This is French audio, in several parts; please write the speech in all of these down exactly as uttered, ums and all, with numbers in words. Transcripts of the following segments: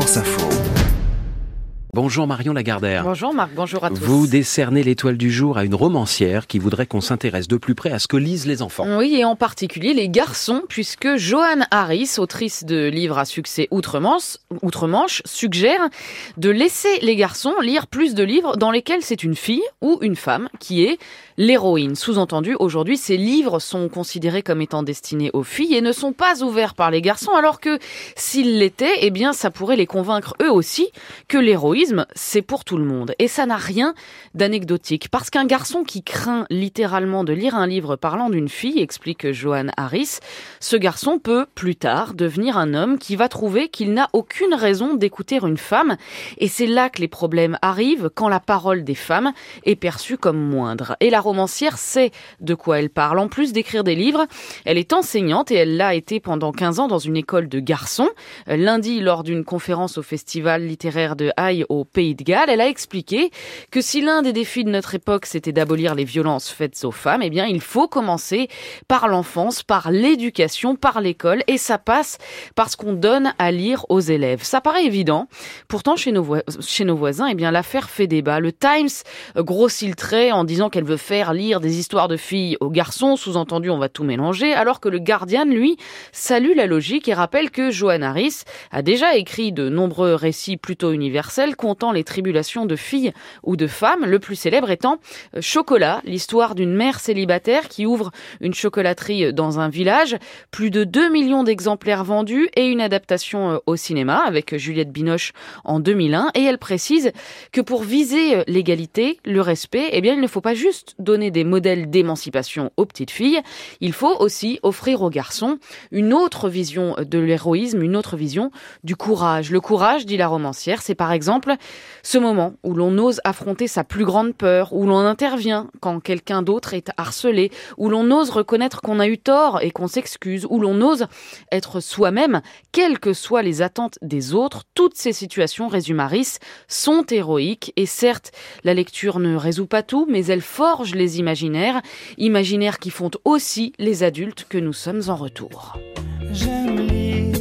France Info. Bonjour Marion Lagardère. Bonjour Marc, bonjour à tous. Vous décernez l'étoile du jour à une romancière qui voudrait qu'on s'intéresse de plus près à ce que lisent les enfants. Oui, et en particulier les garçons, puisque Johanne Harris, autrice de livres à succès outre-Manche, outre-Manche, suggère de laisser les garçons lire plus de livres dans lesquels c'est une fille ou une femme qui est l'héroïne. Sous-entendu, aujourd'hui, ces livres sont considérés comme étant destinés aux filles et ne sont pas ouverts par les garçons, alors que s'ils l'étaient, eh bien, ça pourrait les convaincre eux aussi que l'héroïsme, c'est pour tout le monde. Et ça n'a rien d'anecdotique, parce qu'un garçon qui craint littéralement de lire un livre parlant d'une fille, explique Johanne Harris, ce garçon peut, plus tard, devenir un homme qui va trouver qu'il n'a aucune raison d'écouter une femme. Et c'est là que les problèmes arrivent, quand la parole des femmes est perçue comme moindre. Et la romancière sait de quoi elle parle. En plus d'écrire des livres, elle est enseignante et elle l'a été pendant quinze ans dans une école de garçons. Lundi, lors d'une conférence au festival littéraire de Haye au Pays de Galles, elle a expliqué que si l'un des défis de notre époque c'était d'abolir les violences faites aux femmes, eh bien il faut commencer par l'enfance, par l'éducation, par l'école, et ça passe par ce qu'on donne à lire aux élèves. Ça paraît évident. Pourtant, chez nos, vo- chez nos voisins, eh bien l'affaire fait débat. Le Times grossit le trait en disant qu'elle veut faire lire des histoires de filles aux garçons, sous-entendu on va tout mélanger, alors que le Guardian, lui, salue la logique et rappelle que Johanne Harris a déjà écrit de nombreux récits plutôt universels contant les tribulations de filles ou de femmes, le plus célèbre étant Chocolat, l'histoire d'une mère célibataire qui ouvre une chocolaterie dans un village, plus de deux millions d'exemplaires vendus et une adaptation au cinéma avec Juliette Binoche en deux mille un, et elle précise que pour viser l'égalité, le respect, eh bien il ne faut pas juste donner des modèles d'émancipation aux petites filles, il faut aussi offrir aux garçons une autre vision de l'héroïsme, une autre vision du courage. Le courage, dit la romancière, c'est par exemple ce moment où l'on ose affronter sa plus grande peur, où l'on intervient quand quelqu'un d'autre est harcelé, où l'on ose reconnaître qu'on a eu tort et qu'on s'excuse, où l'on ose être soi-même, quelles que soient les attentes des autres. Toutes ces situations, résume Harris, sont héroïques et certes, la lecture ne résout pas tout, mais elle forge les imaginaires, imaginaires qui font aussi les adultes que nous sommes en retour. J'aime lire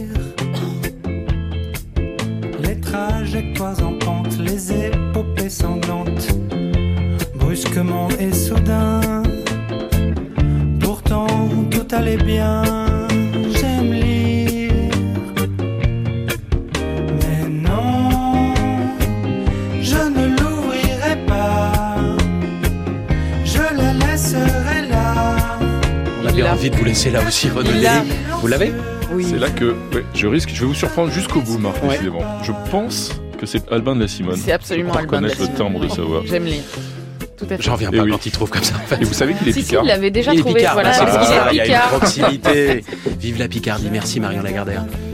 les trajectoires en pente, les épopées sanglantes, brusquement et soudain. Pourtant, tout allait bien. J'aime lire, mais non, je ne l'ouvrirai pas. Je la laisserai là. On avait envie de vous laisser là aussi renouveler. Vous l'avez ? Oui. C'est là que ouais, je risque, je vais vous surprendre jusqu'au bout, Marc, Ouais. décidément. Je pense que c'est Albin de la Simone. C'est absolument Je crois Albin de la reconnaître le Simone. timbre de sa voix. J'aime lire. Tout à fait. J'en reviens Et pas oui. quand il trouve comme ça. En fait. Et vous savez qu'il est Si, si, picard. il l'avait déjà Il est trouvé. Picard, Voilà, c'est parce pour qu'il ça, est il y a une Picard. proximité. Vive la Picardie, merci Marion Lagardère.